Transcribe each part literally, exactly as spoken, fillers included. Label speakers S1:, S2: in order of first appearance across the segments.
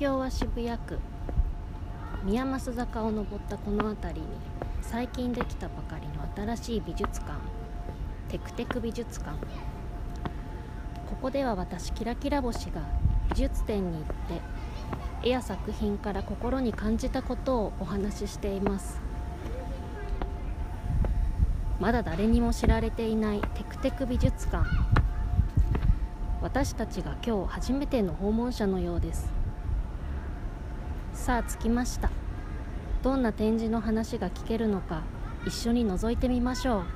S1: 京は渋谷区宮益坂を登ったこの辺りに最近できたばかりの新しい美術館、テクテク美術館。ここでは私キラキラ星が美術展に行って絵や作品から心に感じたことをお話ししています。まだ誰にも知られていないテクテク美術館。私たちが今日初めての訪問者のようです。さあ着きました。どんな展示の話が聞けるのか一緒に覗いてみましょう。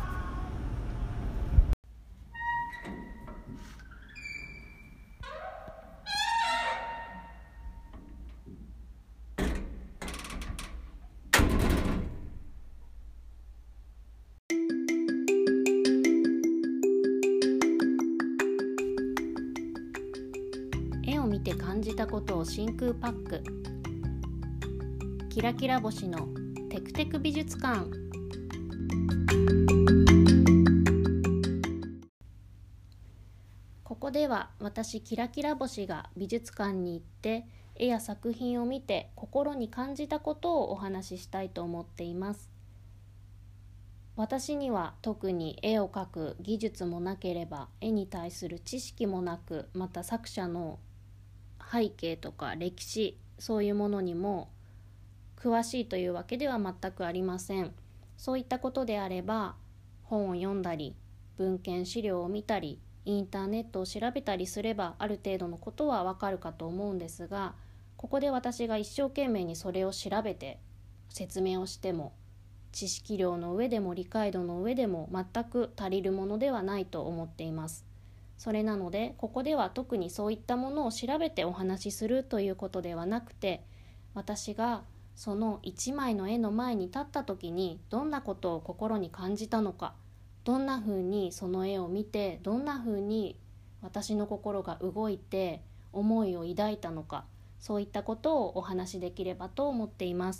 S1: 絵を見て感じたことを真空パック。キラキラ星のテクテク美術館。ここでは私キラキラ星が美術館に行って絵や作品を見て心に感じたことをお話ししたいと思っています。私には特に絵を描く技術もなければ絵に対する知識もなく、また作者の背景とか歴史、そういうものにも詳しいというわけでは全くありません。そういったことであれば本を読んだり文献資料を見たりインターネットを調べたりすればある程度のことはわかるかと思うんですが、ここで私が一生懸命にそれを調べて説明をしても知識量の上でも理解度の上でも全く足りるものではないと思っています。それなのでここでは特にそういったものを調べてお話しするということではなくて、私がその一枚の絵の前に立った時にどんなことを心に感じたのか、どんなふうにその絵を見てどんなふうに私の心が動いて思いを抱いたのか、そういったことをお話しできればと思っています。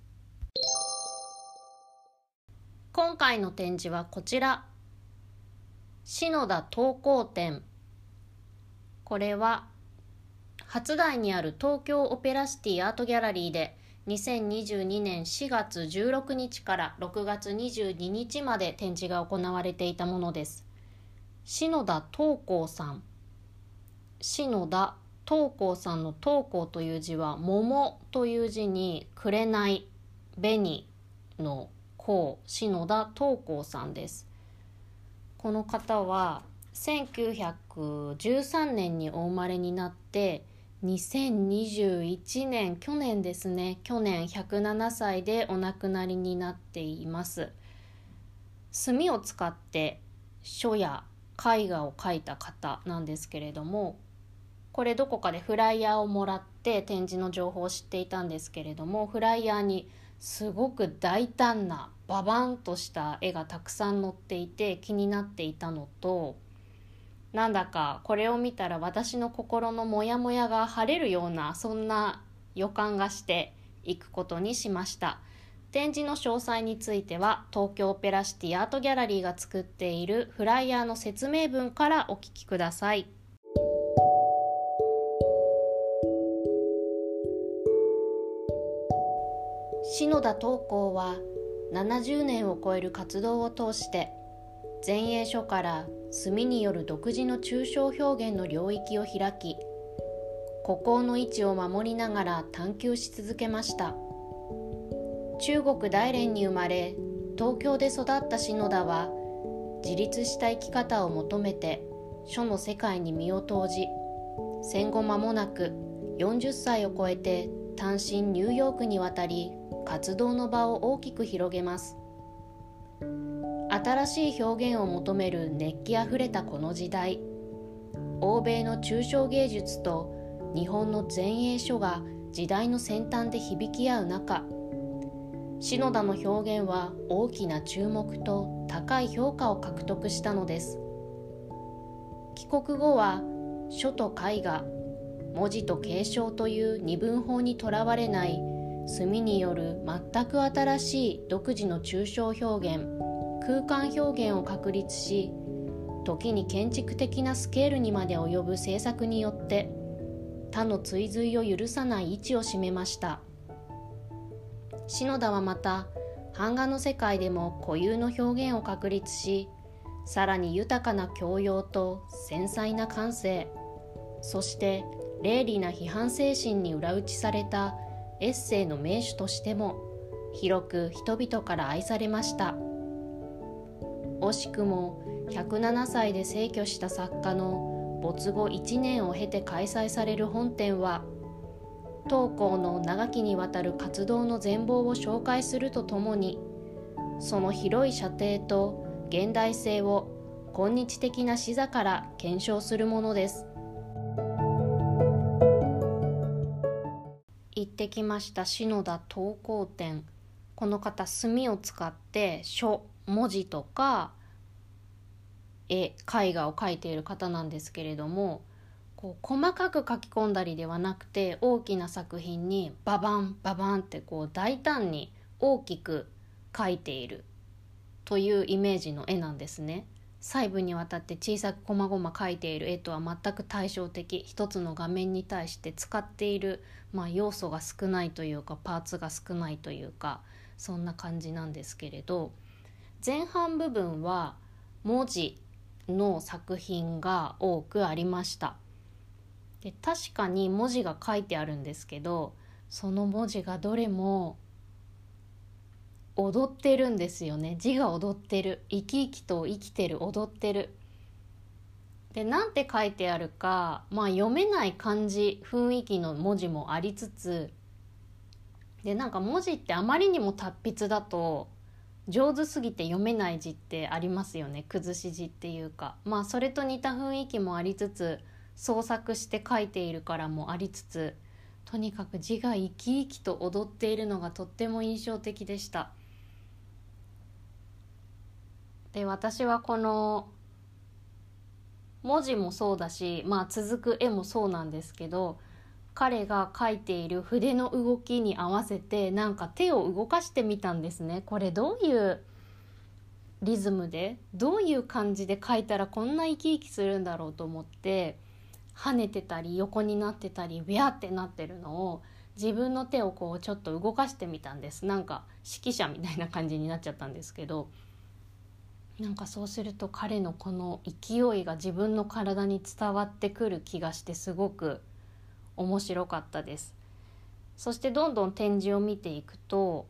S1: 今回の展示はこちら、篠田陶工展。これは初台にある東京オペラシティアートギャラリーでにせんにじゅうにねんしがつじゅうろくにちからろくがつにじゅうににちまで展示が行われていたものです。篠田陶工さん。篠田陶工さんの陶工という字は桃という字に紅、紅の工、篠田陶工さんです。この方はせんきゅうひゃくじゅうさんねんにお生まれになってにせんにじゅういちねん、去年ですね、去年ひゃくななさいでお亡くなりになっています。墨を使って書や絵画を描いた方なんですけれども、これどこかでフライヤーをもらって展示の情報を知っていたんですけれども、フライヤーにすごく大胆なババンとした絵がたくさん載っていて気になっていたのと、なんだかこれを見たら私の心のモヤモヤが晴れるような、そんな予感がしていくことにしました。展示の詳細については東京オペラシティアートギャラリーが作っているフライヤーの説明文からお聞きください。篠田陶工はななじゅうねんを超える活動を通して前衛書から墨による独自の抽象表現の領域を開き、孤高の位置を守りながら探求し続けました。中国大連に生まれ東京で育った篠田は自立した生き方を求めて書の世界に身を投じ、戦後間もなくよんじゅっさいを超えて単身ニューヨークに渡り活動の場を大きく広げます。新しい表現を求める熱気あふれたこの時代、欧米の抽象芸術と日本の前衛書が時代の先端で響き合う中、篠田の表現は大きな注目と高い評価を獲得したのです。帰国後は書と絵画、文字と継承という二分法にとらわれない墨による全く新しい独自の抽象表現、空間表現を確立し、時に建築的なスケールにまで及ぶ制作によって他の追随を許さない位置を占めました。篠田はまた版画の世界でも固有の表現を確立し、さらに豊かな教養と繊細な感性、そして鋭利な批判精神に裏打ちされたエッセイの名手としても広く人々から愛されました。惜しくもひゃくななさいで逝去した作家の没後いちねんを経て開催される本展は、当行の長きにわたる活動の全貌を紹介するとともに、その広い射程と現代性を今日的な視座から検証するものです。行ってきました篠田桃紅展。この方、墨を使って書、文字とか絵、絵画を描いている方なんですけれども、こう細かく書き込んだりではなくて、大きな作品にババンババンってこう大胆に大きく描いているというイメージの絵なんですね。細部にわたって小さく細々描いている絵とは全く対照的、一つの画面に対して使っている、まあ、要素が少ないというかパーツが少ないというか、そんな感じなんですけれど、前半部分は文字の作品が多くありました。で、確かに文字が書いてあるんですけど、その文字がどれも踊ってるんですよね。字が踊ってる、生き生きと生きてる、踊ってる。で、なんて書いてあるか、まあ読めない感じ、雰囲気の文字もありつつ、で、なんか文字ってあまりにも達筆だと上手すぎて読めない字ってありますよね。崩し字っていうか、まあそれと似た雰囲気もありつつ、創作して書いているからもありつつ、とにかく字が生き生きと踊っているのがとっても印象的でした。で、私はこの文字もそうだし、まあ続く絵もそうなんですけど、彼が描いている筆の動きに合わせてなんか手を動かしてみたんですね。これどういうリズムで、どういう感じで描いたらこんな生き生きするんだろうと思って、跳ねてたり横になってたりビャーってなってるのを自分の手をこうちょっと動かしてみたんです。なんか指揮者みたいな感じになっちゃったんですけど、なんかそうすると彼のこの勢いが自分の体に伝わってくる気がして、すごく面白かったです。そしてどんどん展示を見ていくと、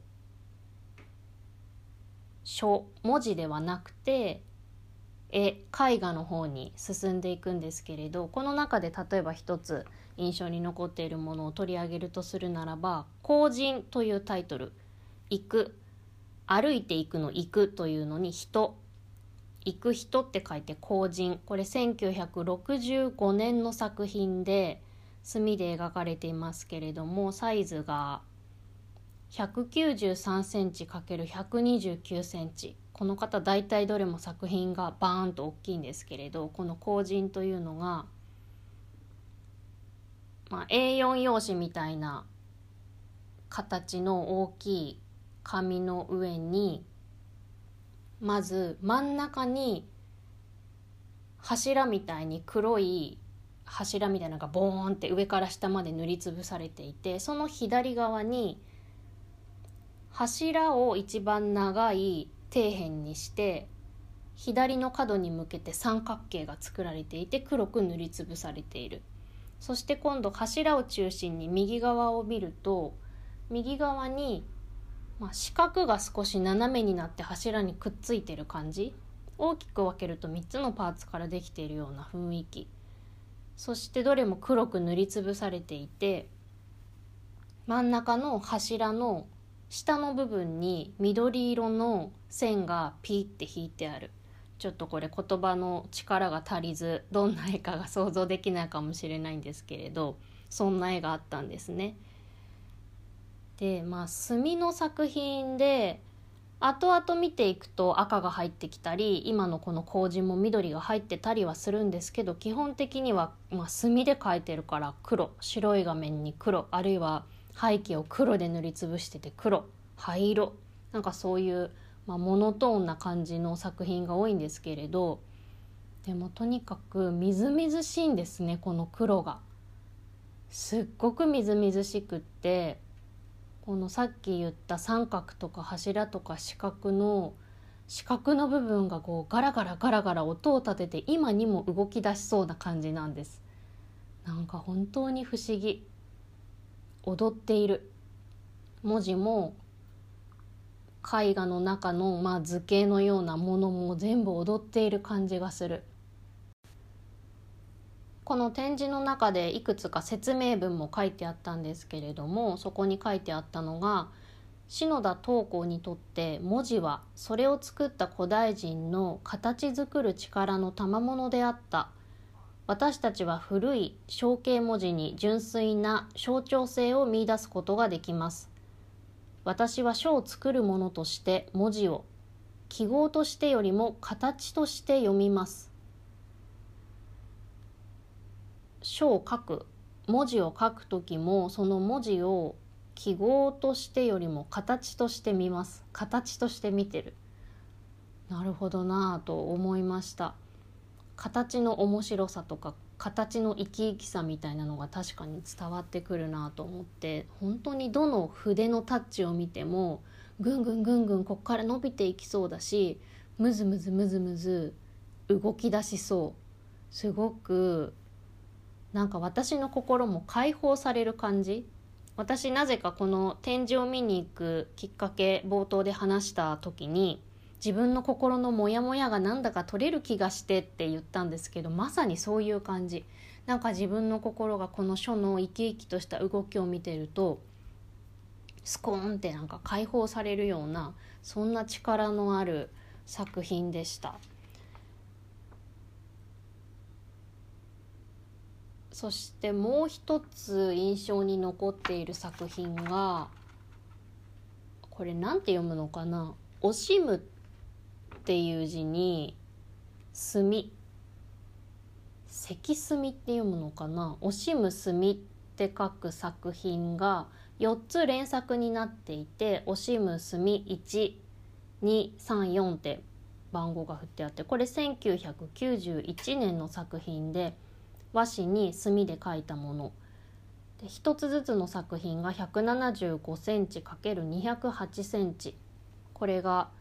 S1: 書、文字ではなくて絵、絵画の方に進んでいくんですけれど、この中で例えば一つ印象に残っているものを取り上げるとするならば、行人というタイトル。行く、歩いていくの行くというのに人、行く人って書いて行人。これせんきゅうひゃくろくじゅうごねんの作品で墨で描かれていますけれども、サイズがひゃくきゅうじゅうさんセンチかけるひゃくにじゅうきゅうセンチ。この方大体どれも作品がバーンと大きいんですけれど、この行人というのが、まあ、エーよん 用紙みたいな形の大きい紙の上に、まず真ん中に柱みたいに黒い柱みたいなのがボーンって上から下まで塗りつぶされていて、その左側に柱を一番長い底辺にして左の角に向けて三角形が作られていて、黒く塗りつぶされている。そして今度柱を中心に右側を見ると、右側に、まあ、四角が少し斜めになって柱にくっついている感じ。大きく分けるとみっつのパーツからできているような雰囲気。そしてどれも黒く塗りつぶされていて、真ん中の柱の下の部分に緑色の線がピーって引いてある。ちょっとこれ言葉の力が足りず、どんな絵かが想像できないかもしれないんですけれど、そんな絵があったんですね。で、まあ墨の作品で後々見ていくと赤が入ってきたり、今のこの麹も緑が入ってたりはするんですけど、基本的には、まあ、墨で描いてるから黒、白い画面に黒、あるいは背景を黒で塗りつぶしてて黒、灰色、なんかそういう、まあ、モノトーンな感じの作品が多いんですけれど、でもとにかくみずみずしいんですね、この黒が。 すっごくみずみずしくって、このさっき言った三角とか柱とか四角の四角の部分がこうガラガラガラガラ音を立てて今にも動き出しそうな感じなんです。なんか本当に不思議。踊っている。文字も絵画の中の、まあ、図形のようなものも全部踊っている感じがする。この展示の中でいくつか説明文も書いてあったんですけれども、そこに書いてあったのが、篠田桃紅にとって文字はそれを作った古代人の形作る力の賜物であった。私たちは古い象形文字に純粋な象徴性を見出すことができます。私は書を作るものとして文字を記号としてよりも形として読みます。書を書く、文字を書くときもその文字を記号としてよりも形として見ます。形として見てる。なるほどなぁと思いました。形の面白さとか形の生き生きさみたいなのが確かに伝わってくるなと思って、本当にどの筆のタッチを見てもぐんぐんぐんぐんこっから伸びていきそうだし、むずむずむずむず動き出しそう。すごくなんか私の心も解放される感じ。私なぜかこの展示を見に行くきっかけ、冒頭で話した時に自分の心のモヤモヤがなんだか取れる気がしてって言ったんですけど、まさにそういう感じ。なんか自分の心がこの書の生き生きとした動きを見てるとスコーンってなんか解放されるような、そんな力のある作品でした。そしてもう一つ印象に残っている作品が、これなんて読むのかな、惜しむっていう字に墨、積墨って読むのかな、惜しむ墨って書く作品がよっつ連作になっていて、惜しむ墨いち、に、さん、よんって番号が振ってあって、これせんきゅうひゃくきゅうじゅういちねんの作品で和紙に墨で描いたもので、一つずつの作品がひゃくななじゅうごセンチかけるにひゃくはちセンチ、これが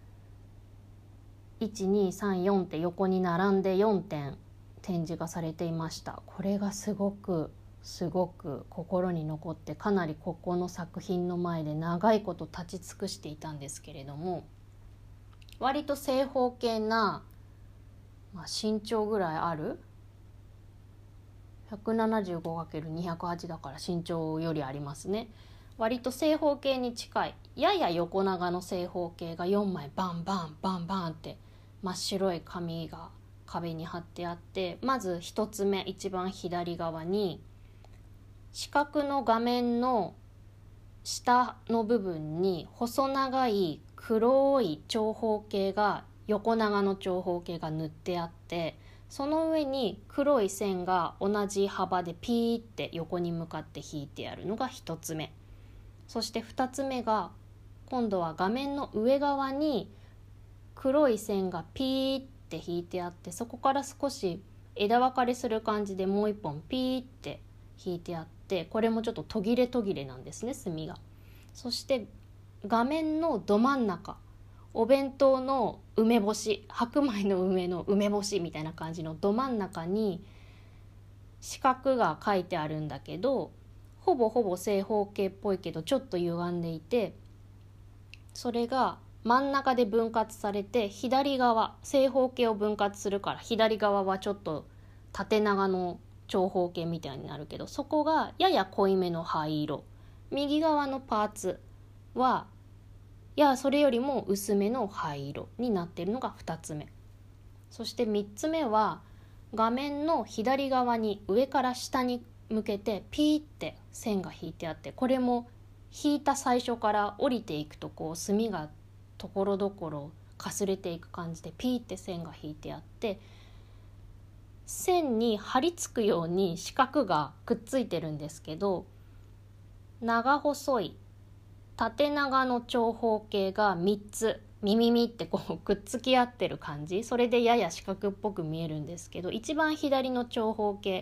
S1: いち、に、さん、よんって横に並んでよんてん展示がされていました。これがすごくすごく心に残って、かなりここの作品の前で長いこと立ち尽くしていたんですけれども、割と正方形な、まあ、身長ぐらいある ひゃくななじゅうごかけるにひゃくはち だから身長よりありますね。割と正方形に近いやや横長の正方形がよんまいバンバンバンバンって真っ白い紙が壁に貼ってあって、まず一つ目一番左側に四角の画面の下の部分に細長い黒い長方形が、横長の長方形が塗ってあって、その上に黒い線が同じ幅でピーって横に向かって引いてあるのが一つ目。そして二つ目が今度は画面の上側に黒い線がピーって引いてあって、そこから少し枝分かれする感じでもう一本ピーって引いてあって、これもちょっと途切れ途切れなんですね、墨が。そして画面のど真ん中、お弁当の梅干し、白米の上の梅干しみたいな感じのど真ん中に四角が書いてあるんだけど、ほぼほぼ正方形っぽいけどちょっと歪んでいて、それが真ん中で分割されて、左側、正方形を分割するから左側はちょっと縦長の長方形みたいになるけど、そこがやや濃いめの灰色、右側のパーツはいやそれよりも薄めの灰色になっているのがふたつめ。そしてみっつめは画面の左側に上から下に向けてピーって線が引いてあって、これも引いた最初から降りていくとこう墨がところどころかすれていく感じでピーって線が引いてあって、線に張り付くように四角がくっついてるんですけど、長細い縦長の長方形がみっつミミミってこうくっつき合ってる感じ、それでやや四角っぽく見えるんですけど、一番左の長方形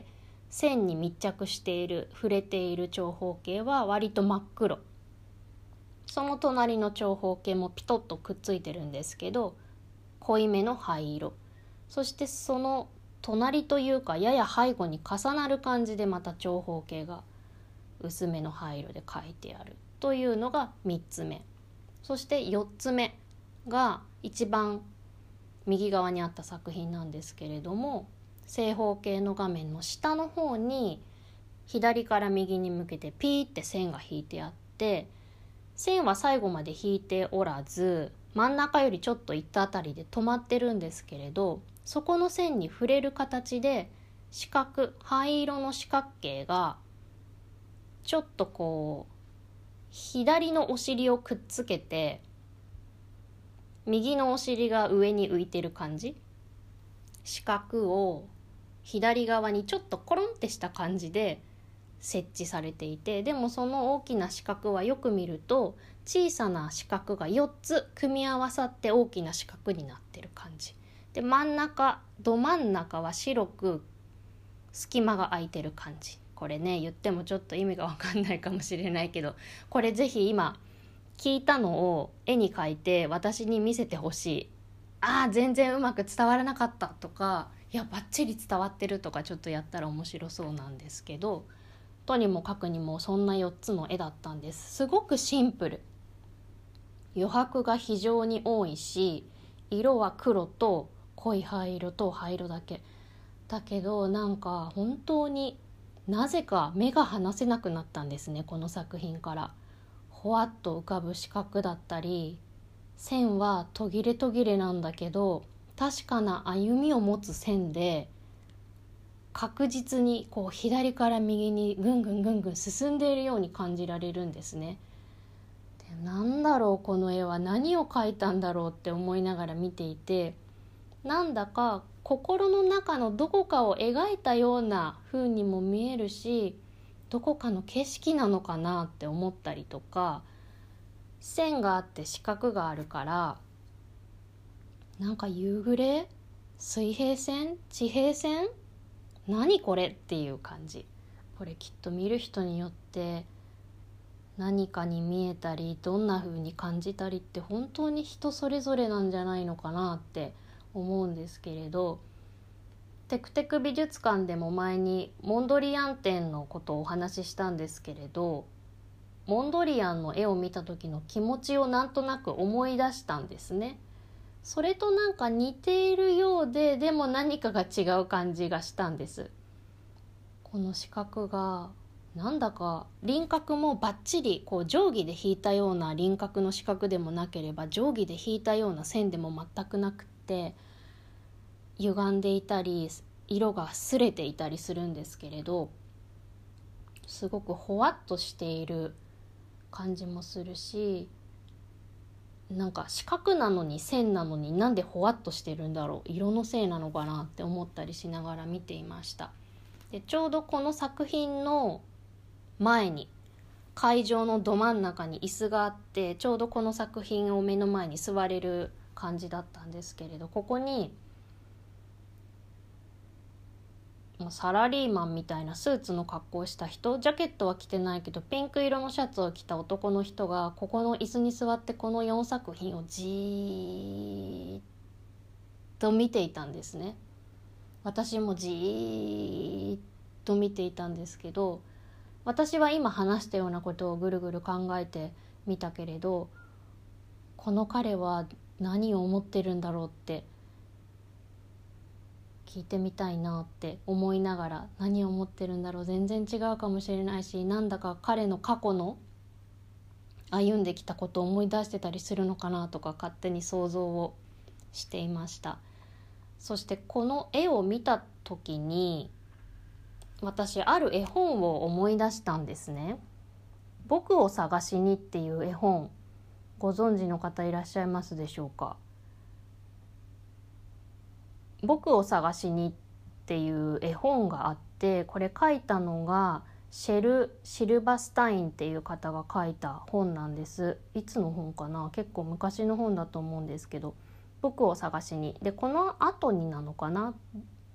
S1: 線に密着している触れている長方形は割と真っ黒。その隣の長方形もピトッとくっついてるんですけど濃いめの灰色。そしてその隣というかやや背後に重なる感じでまた長方形が薄めの灰色で書いてあるというのがみっつめ。そしてよっつめが一番右側にあった作品なんですけれども、正方形の画面の下の方に左から右に向けてピーって線が引いてあって、線は最後まで引いておらず真ん中よりちょっと行ったあたりで止まってるんですけれど、そこの線に触れる形で四角、灰色の四角形がちょっとこう左のお尻をくっつけて右のお尻が上に浮いてる感じ、四角を左側にちょっとコロンってした感じで設置されていて、でもその大きな四角はよく見ると小さな四角がよっつ組み合わさって大きな四角になってる感じで、真ん中ど真ん中は白く隙間が空いてる感じ。これね言ってもちょっと意味が分かんないかもしれないけど、これぜひ今聞いたのを絵に描いて私に見せてほしい。あー全然うまく伝わらなかったとか、いやバッチリ伝わってるとかちょっとやったら面白そうなんですけど、とにもかくにもそんなよっつの絵だったんです。すごくシンプル、余白が非常に多いし、色は黒と濃い灰色と灰色だけだけど、なんか本当になぜか目が離せなくなったんですね。この作品からほわっと浮かぶ四角だったり、線は途切れ途切れなんだけど確かな歩みを持つ線で確実にこう左から右にぐんぐんぐんぐん進んでいるように感じられるんですね。で、なんだろうこの絵は何を描いたんだろうって思いながら見ていて、なんだか心の中のどこかを描いたような風にも見えるし、どこかの景色なのかなって思ったりとか、線があって四角があるからなんか夕暮れ、水平線、地平線、何これっていう感じ。これきっと見る人によって何かに見えたりどんな風に感じたりって本当に人それぞれなんじゃないのかなって思うんですけれど、テクテク美術館でも前にモンドリアン展のことをお話ししたんですけれど、モンドリアンの絵を見た時の気持ちをなんとなく思い出したんですね。それとなんか似ているようで、でも何かが違う感じがしたんです。この四角がなんだか輪郭もバッチリこう定規で引いたような輪郭の四角でもなければ定規で引いたような線でも全くなくって、歪んでいたり色が擦れていたりするんですけれど、すごくほわっとしている感じもするし、なんか四角なのに線なのになんでほわっとしてるんだろう、色のせいなのかなって思ったりしながら見ていました。でちょうどこの作品の前に会場のど真ん中に椅子があって、ちょうどこの作品を目の前に座れる感じだったんですけれど、ここにサラリーマンみたいなスーツの格好をした人、ジャケットは着てないけどピンク色のシャツを着た男の人がここの椅子に座ってこのよんさく品をじーっと見ていたんですね。私もじーっと見ていたんですけど、私は今話したようなことをぐるぐる考えてみたけれど、この彼は何を思ってるんだろうって聞いてみたいなって思いながら、何を思ってるんだろう、全然違うかもしれないし、なんだか彼の過去の歩んできたことを思い出してたりするのかなとか勝手に想像をしていました。そしてこの絵を見た時に私ある絵本を思い出したんですね。僕を探しにっていう絵本、ご存知の方いらっしゃいますでしょうか。僕を探しにっていう絵本があって、これ書いたのがシェル・シルバスタインっていう方が書いた本なんです。いつの本かな、結構昔の本だと思うんですけど、僕を探しにでこの後になのかな、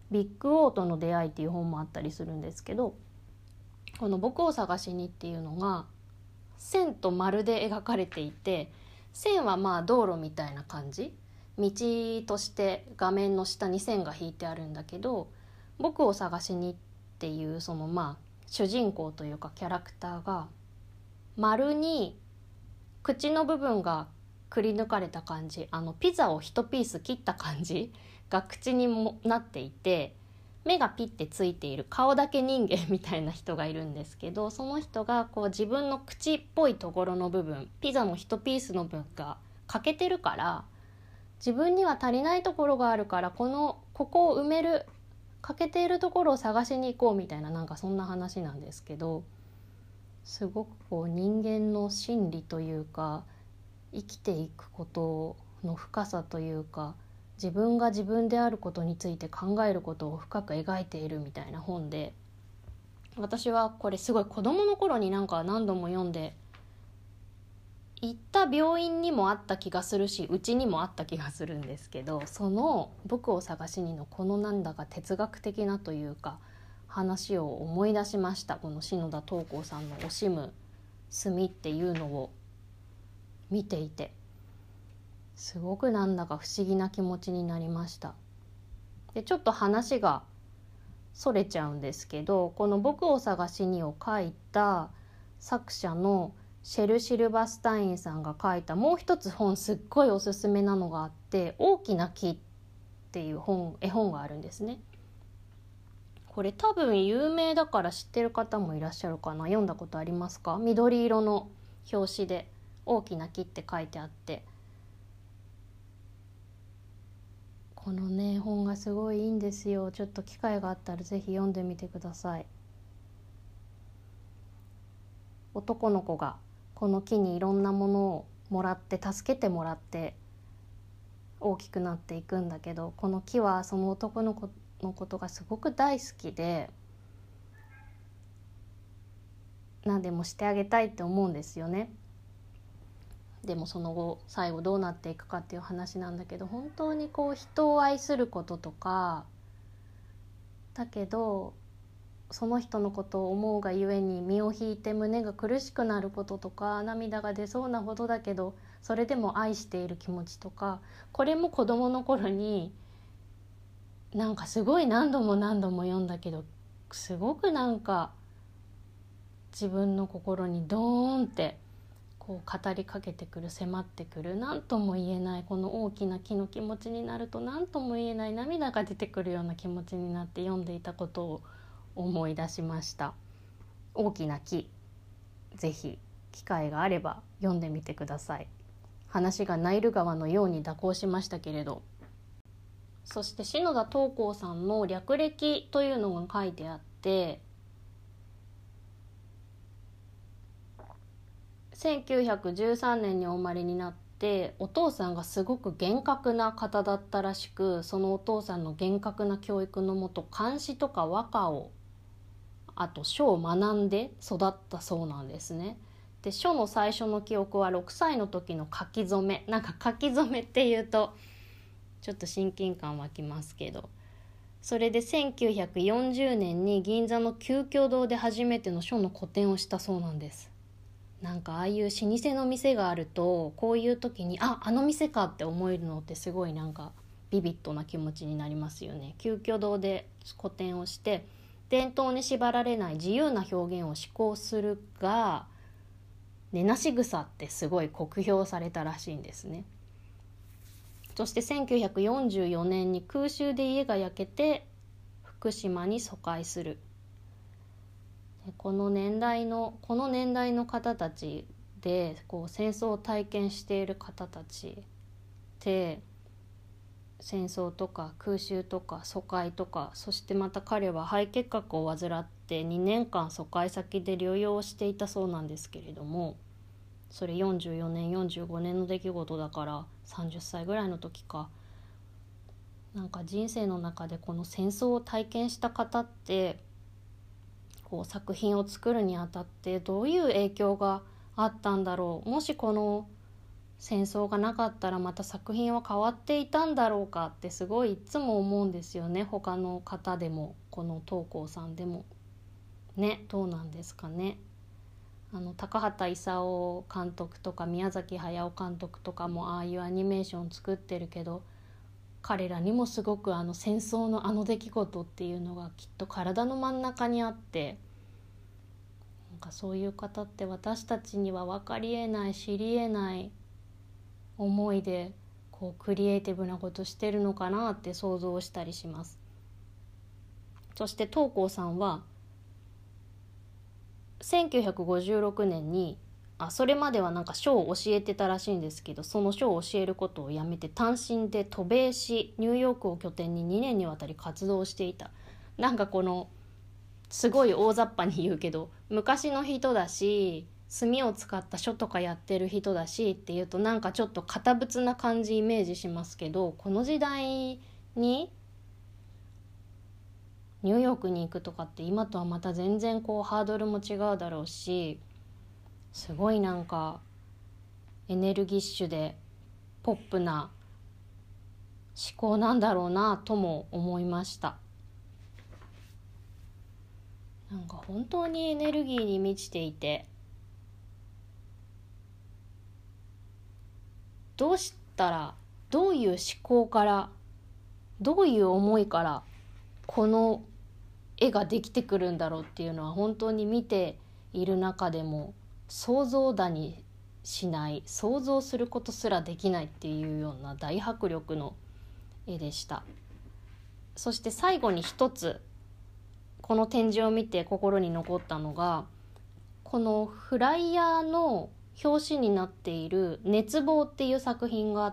S1: ビッグ・オーとの出会いっていう本もあったりするんですけど、この僕を探しにっていうのが線と丸で描かれていて、線はまあ道路みたいな感じ、道として画面の下に線が引いてあるんだけど、僕を探しにっていうそのまあ主人公というかキャラクターが丸に口の部分がくり抜かれた感じ、あのピザを一ピース切った感じが口にもなっていて、目がピッてついている顔だけ人間みたいな人がいるんですけど、その人がこう自分の口っぽいところの部分、ピザの一ピースの分が欠けてるから、自分には足りないところがあるから、このここを埋める、欠けているところを探しに行こうみたいな、なんかそんな話なんですけど、すごくこう人間の心理というか生きていくことの深さというか、自分が自分であることについて考えることを深く描いているみたいな本で、私はこれすごい子供の頃になんか何度も読んで、行った病院にもあった気がするし、うちにもあった気がするんですけど、その僕を探しにのこのなんだか哲学的なというか話を思い出しました。この篠田桃紅さんの惜しむ墨っていうのを見ていて、すごくなんだか不思議な気持ちになりました。でちょっと話がそれちゃうんですけど、この僕を探しにを書いた作者のシェル・シルバスタインさんが書いたもう一つ本、すっごいおすすめなのがあって、大きな木っていう本、絵本があるんですね。これ多分有名だから知ってる方もいらっしゃるかな。読んだことありますか？緑色の表紙で大きな木って書いてあって、このね本がすごいいいんですよ。ちょっと機会があったらぜひ読んでみてください。男の子がこの木にいろんなものをもらって助けてもらって大きくなっていくんだけど、この木はその男の子のことがすごく大好きで、何でもしてあげたいって思うんですよね。でもその後最後どうなっていくかっていう話なんだけど、本当にこう人を愛することとかだけど、その人のことを思うがゆえに身を引いて胸が苦しくなることとか、涙が出そうなほどだけどそれでも愛している気持ちとか、これも子供の頃になんかすごい何度も何度も読んだけど、すごくなんか自分の心にドーンってこう語りかけてくる、迫ってくる、何とも言えない、この大きな木の気持ちになると何とも言えない涙が出てくるような気持ちになって読んでいたことを思い出しました。大きな木、ぜひ機会があれば読んでみてください。話がナイル川のように蛇行しましたけれど。そして篠田桃紅さんの略歴というのが書いてあって、せんきゅうひゃくじゅうさんねんにお生まれになって、お父さんがすごく厳格な方だったらしく、そのお父さんの厳格な教育のもと漢詩とか和歌を、あと書を学んで育ったそうなんですね。で書の最初の記憶はろくさいの時の書き初め、なんか書き初めっていうとちょっと親近感湧きますけど、それでせんきゅうひゃくよんじゅうねんに銀座の鳩居堂で初めての書の個展をしたそうなんです。なんかああいう老舗の店があると、こういう時にああの店かって思えるのってすごいなんかビビッドな気持ちになりますよね。鳩居堂で個展をして、伝統に縛られない自由な表現を志向するが、根なし草ってすごい酷評されたらしいんですね。そしてせんきゅうひゃくよんじゅうよねんに空襲で家が焼けて福島に疎開する。この年代のこの年代の方たちでこう戦争を体験している方たちって戦争とか空襲とか疎開とか、そしてまた彼は肺結核を患ってにねんかん疎開先で療養をしていたそうなんですけれども、それよんじゅうよねんよんじゅうごねんの出来事だからさんじゅっさいぐらいの時か。なんか人生の中でこの戦争を体験した方ってこう作品を作るにあたってどういう影響があったんだろう。もしこの戦争がなかったらまた作品は変わっていたんだろうかってすごいいつも思うんですよね。他の方でもこの東光さんでもね、どうなんですかね。あの高畑勲監督とか宮崎駿監督とかもああいうアニメーション作ってるけど、彼らにもすごくあの戦争のあの出来事っていうのがきっと体の真ん中にあって、なんかそういう方って私たちには分かりえない知りえない思いでこうクリエイティブなことしてるのかなって想像したりします。そして東光さんはせんきゅうひゃくごじゅうろくねんにあそれまではなんか書を教えてたらしいんですけど、その書を教えることをやめて単身で渡米し、ニューヨークを拠点ににねんにわたり活動していた。なんかこのすごい大雑把に言うけど、昔の人だし墨を使った書とかやってる人だしっていうとなんかちょっと堅物な感じイメージしますけど、この時代にニューヨークに行くとかって今とはまた全然こうハードルも違うだろうし、すごいなんかエネルギッシュでポップな思考なんだろうなとも思いました。なんか本当にエネルギーに満ちていて、どうしたらどういう思考からどういう思いからこの絵ができてくるんだろうっていうのは本当に見ている中でも想像だにしない、想像することすらできないっていうような大迫力の絵でした。そして最後に一つこの展示を見て心に残ったのが、このフライヤーの表紙になっている熱望っていう作品があって、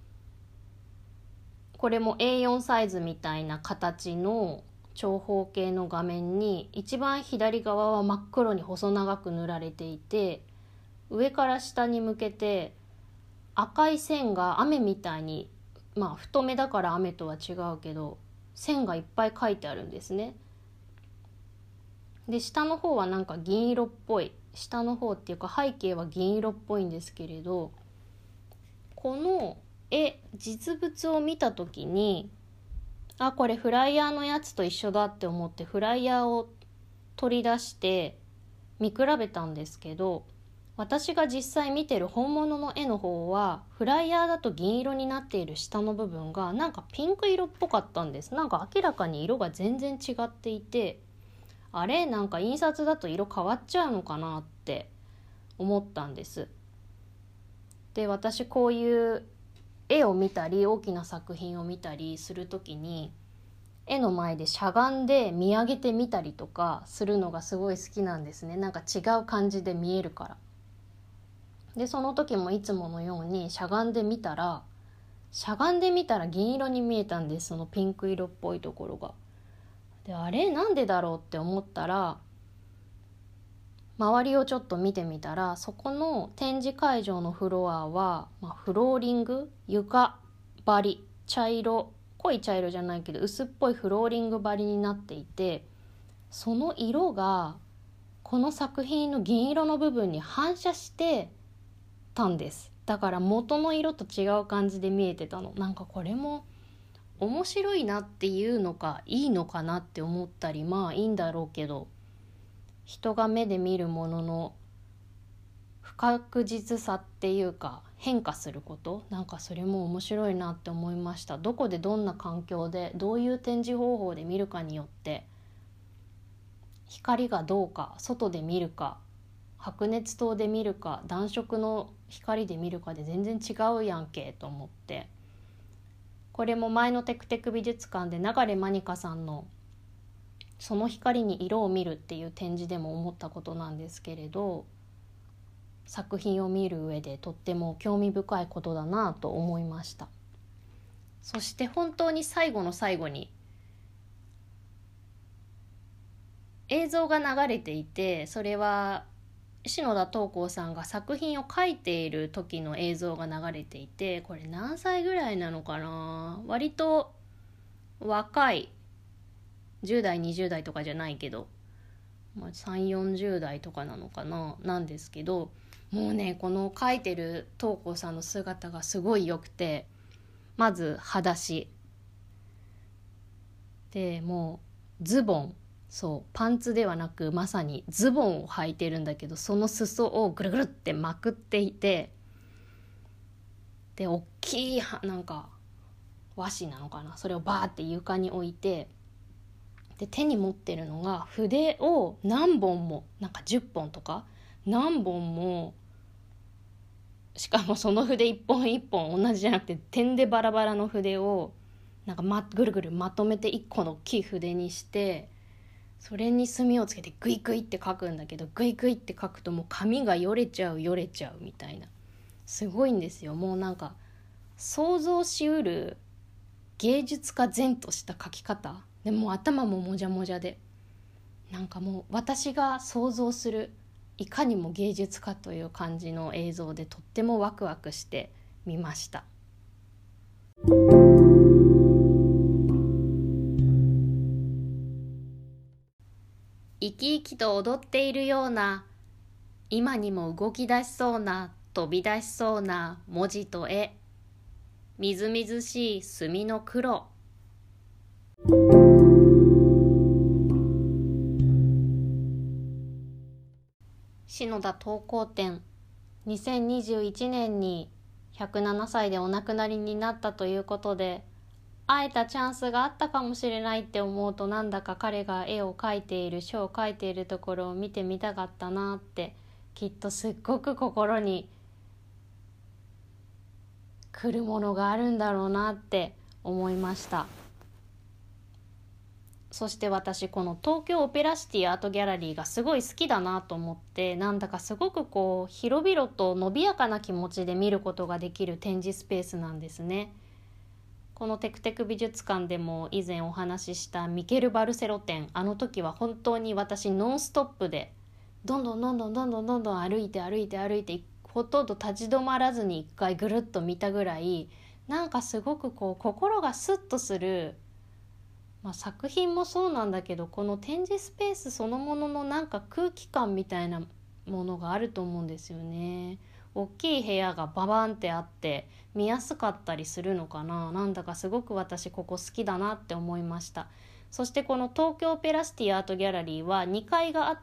S1: これも エーよん サイズみたいな形の長方形の画面に一番左側は真っ黒に細長く塗られていて、上から下に向けて赤い線が雨みたいに、まあ太めだから雨とは違うけど線がいっぱい描いてあるんですね。で下の方はなんか銀色っぽい、下の方っていうか背景は銀色っぽいんですけれど、この絵実物を見た時にあこれフライヤーのやつと一緒だって思ってフライヤーを取り出して見比べたんですけど、私が実際見てる本物の絵の方はフライヤーだと銀色になっている下の部分がなんかピンク色っぽかったんです。なんか明らかに色が全然違っていて、あれなんか印刷だと色変わっちゃうのかなって思ったんです。で私こういう絵を見たり大きな作品を見たりするときに絵の前でしゃがんで見上げてみたりとかするのがすごい好きなんですね。なんか違う感じで見えるから。でその時もいつものようにしゃがんでみたらしゃがんでみたら銀色に見えたんです。そのピンク色っぽいところが。であれなんでだろうって思ったら、周りをちょっと見てみたらそこの展示会場のフロアは、まあ、フローリング床張り茶色濃い茶色じゃないけど薄っぽいフローリング張りになっていて、その色がこの作品の銀色の部分に反射してたんです。だから元の色と違う感じで見えてたの。なんかこれも面白いなっていうのかいいのかなって思ったり、まあいいんだろうけど、人が目で見るものの不確実さっていうか変化すること、なんかそれも面白いなって思いました。どこでどんな環境でどういう展示方法で見るかによって光がどうか、外で見るか白熱灯で見るか暖色の光で見るかで全然違うやんけと思って、これも前のテクテク美術館で流まにかさんのその光に色を見るっていう展示でも思ったことなんですけれど、作品を見る上でとっても興味深いことだなと思いました。そして本当に最後の最後に映像が流れていて、それは篠田桃紅さんが作品を描いている時の映像が流れていて、これ何歳ぐらいなのかな、割と若いじゅう代にじゅう代とかじゃないけど、まあ、さんじゅうよんじゅう代とかなのかななんですけど、 もうねこの描いてる東光さんの姿がすごい良くて、まず裸足で、もうズボン、そうパンツではなくまさにズボンを履いてるんだけど、その裾をぐるぐるってまくっていて、で大きいなんか和紙なのかな、それをバーって床に置いて、で手に持ってるのが筆を何本も、なんかじゅっぽんとか何本も、しかもその筆一本一本同じじゃなくて点でバラバラの筆をなんか、ま、ぐるぐるまとめて一個の大きい筆にして、それに墨をつけてグイグイって書くんだけど、グイグイって書くともう紙がよれちゃうよれちゃうみたいな、すごいんですよ。もうなんか想像しうる芸術家然とした書き方で、もう頭ももじゃもじゃで、なんかもう私が想像するいかにも芸術家という感じの映像で、とってもワクワクして見ました。生き生きと踊っているような、今にも動き出しそうな、飛び出しそうな文字と絵、みずみずしい墨の黒。篠田東光展、にせんにじゅういちねんにひゃくななさいでお亡くなりになったということで、会えたチャンスがあったかもしれないって思うと、なんだか彼が絵を描いている、書を描いているところを見てみたかったなって、きっとすっごく心に来るものがあるんだろうなって思いました。そして私この東京オペラシティアートギャラリーがすごい好きだなと思って、なんだかすごくこう広々と伸びやかな気持ちで見ることができる展示スペースなんですね。このテクテク美術館でも以前お話ししたミケル・バルセロ展、あの時は本当に私ノンストップでどんどんどんどんどんどんどんどん歩いて歩いて歩いて、ほとんど立ち止まらずに一回ぐるっと見たぐらい、なんかすごくこう心がスッとする、まあ、作品もそうなんだけど、この展示スペースそのもののなんか空気感みたいなものがあると思うんですよね。大きい部屋がババンってあって見やすかったりするのかな。なんだかすごく私ここ好きだなって思いました。そしてこの東京オペラシティアートギャラリーはにかいがあって、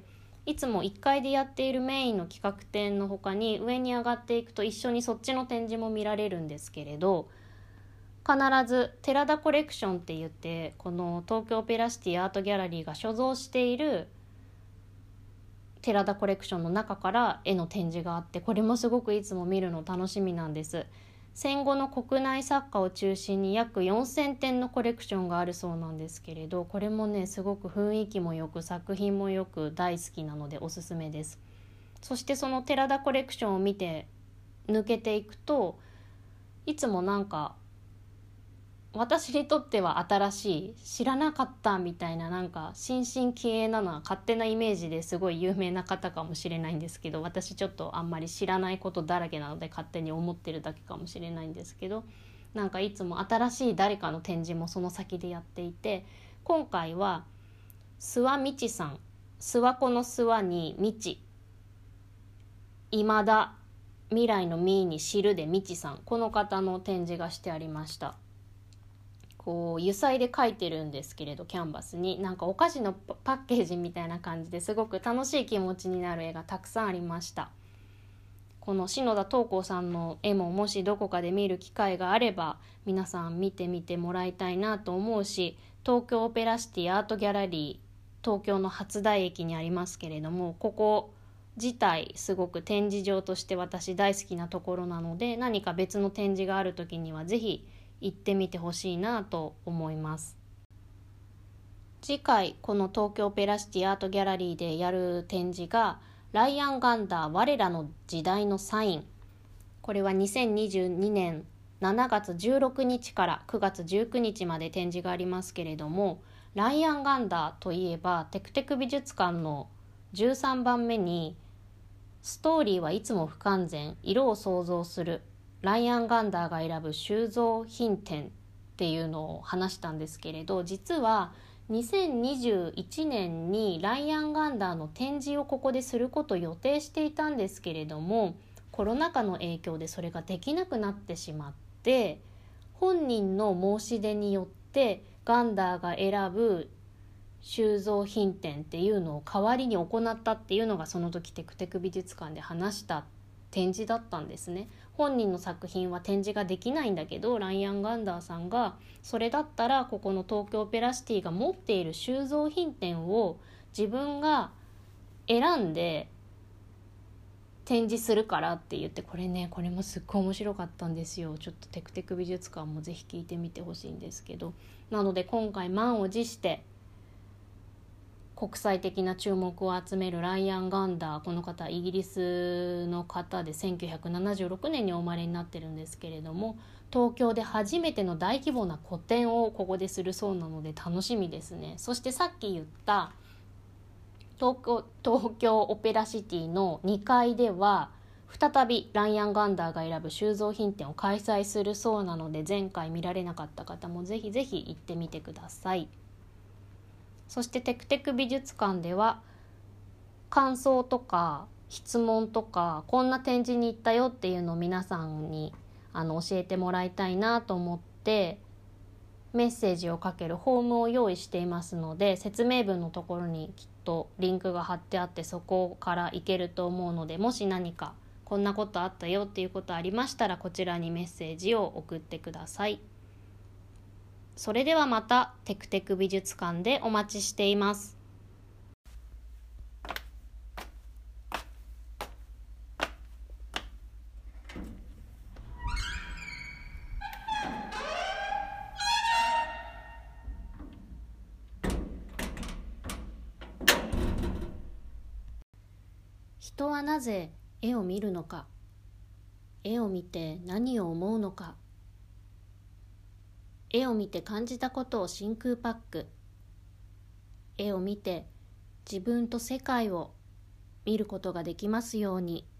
S1: いつもいっかいでやっているメインの企画展の他に上に上がっていくと一緒にそっちの展示も見られるんですけれど、必ず寺田コレクションって言って、この東京オペラシティアートギャラリーが所蔵している寺田コレクションの中から絵の展示があって、これもすごくいつも見るの楽しみなんです。戦後の国内作家を中心に約よんせんてんのコレクションがあるそうなんですけれど、これもねすごく雰囲気もよく作品もよく大好きなのでおすすめです。そしてその寺田コレクションを見て抜けていくと、いつもなんか私にとっては新しい、知らなかったみたいな、なんか新進気鋭なのは勝手なイメージですごい有名な方かもしれないんですけど、私ちょっとあんまり知らないことだらけなので勝手に思ってるだけかもしれないんですけど、なんかいつも新しい誰かの展示もその先でやっていて、今回は諏訪みちさん、諏訪湖の諏訪にみち、今だ未来のみに知るでみちさん、この方の展示がしてありました。こう油彩で描いてるんですけれど、キャンバスになんかお菓子のパッケージみたいな感じですごく楽しい気持ちになる絵がたくさんありました。この篠田東光さんの絵ももしどこかで見る機会があれば皆さん見てみてもらいたいなと思うし、東京オペラシティアートギャラリー、東京の初台駅にありますけれども、ここ自体すごく展示場として私大好きなところなので、何か別の展示がある時にはぜひ行ってみてほしいなと思います。次回この東京オペラシティアートギャラリーでやる展示がライアン・ガンダー我らの時代のサイン。これはにせんにじゅうにねんしちがつじゅうろくにちからくがつじゅうくにちまで展示がありますけれども、ライアン・ガンダーといえばテクテク美術館のじゅうさんばんめにストーリーはいつも不完全、色を想像する、ライアン・ガンダーが選ぶ収蔵品展っていうのを話したんですけれど、実はにせんにじゅういちねんにライアン・ガンダーの展示をここですることを予定していたんですけれども、コロナ禍の影響でそれができなくなってしまって、本人の申し出によってガンダーが選ぶ収蔵品展っていうのを代わりに行ったっていうのが、その時テクテク美術館で話した展示だったんですね。本人の作品は展示ができないんだけど、ライアン・ガンダーさんがそれだったらここの東京オペラシティが持っている収蔵品展を自分が選んで展示するからって言って、これねこれもすっごい面白かったんですよ。ちょっとテクテク美術館もぜひ聞いてみてほしいんですけど、なので今回満を持して国際的な注目を集めるライアン・ガンダー、この方イギリスの方でせんきゅうひゃくななじゅうろくねんにお生まれになってるんですけれども、東京で初めての大規模な個展をここでするそうなので楽しみですね。そしてさっき言った東京、東京オペラシティのにかいでは再びライアン・ガンダーが選ぶ収蔵品展を開催するそうなので、前回見られなかった方もぜひぜひ行ってみてください。そしてテクテク美術館では感想とか質問とか、こんな展示に行ったよっていうのを皆さんにあの教えてもらいたいなと思ってメッセージをかけるフォームを用意していますので、説明文のところにきっとリンクが貼ってあって、そこから行けると思うので、もし何かこんなことあったよっていうことありましたら、こちらにメッセージを送ってください。それではまたテクテク美術館でお待ちしています。人はなぜ絵を見るのか、絵を見て何を思うのか、絵を見て感じたことを真空パック、絵を見て自分と世界を見ることができますように。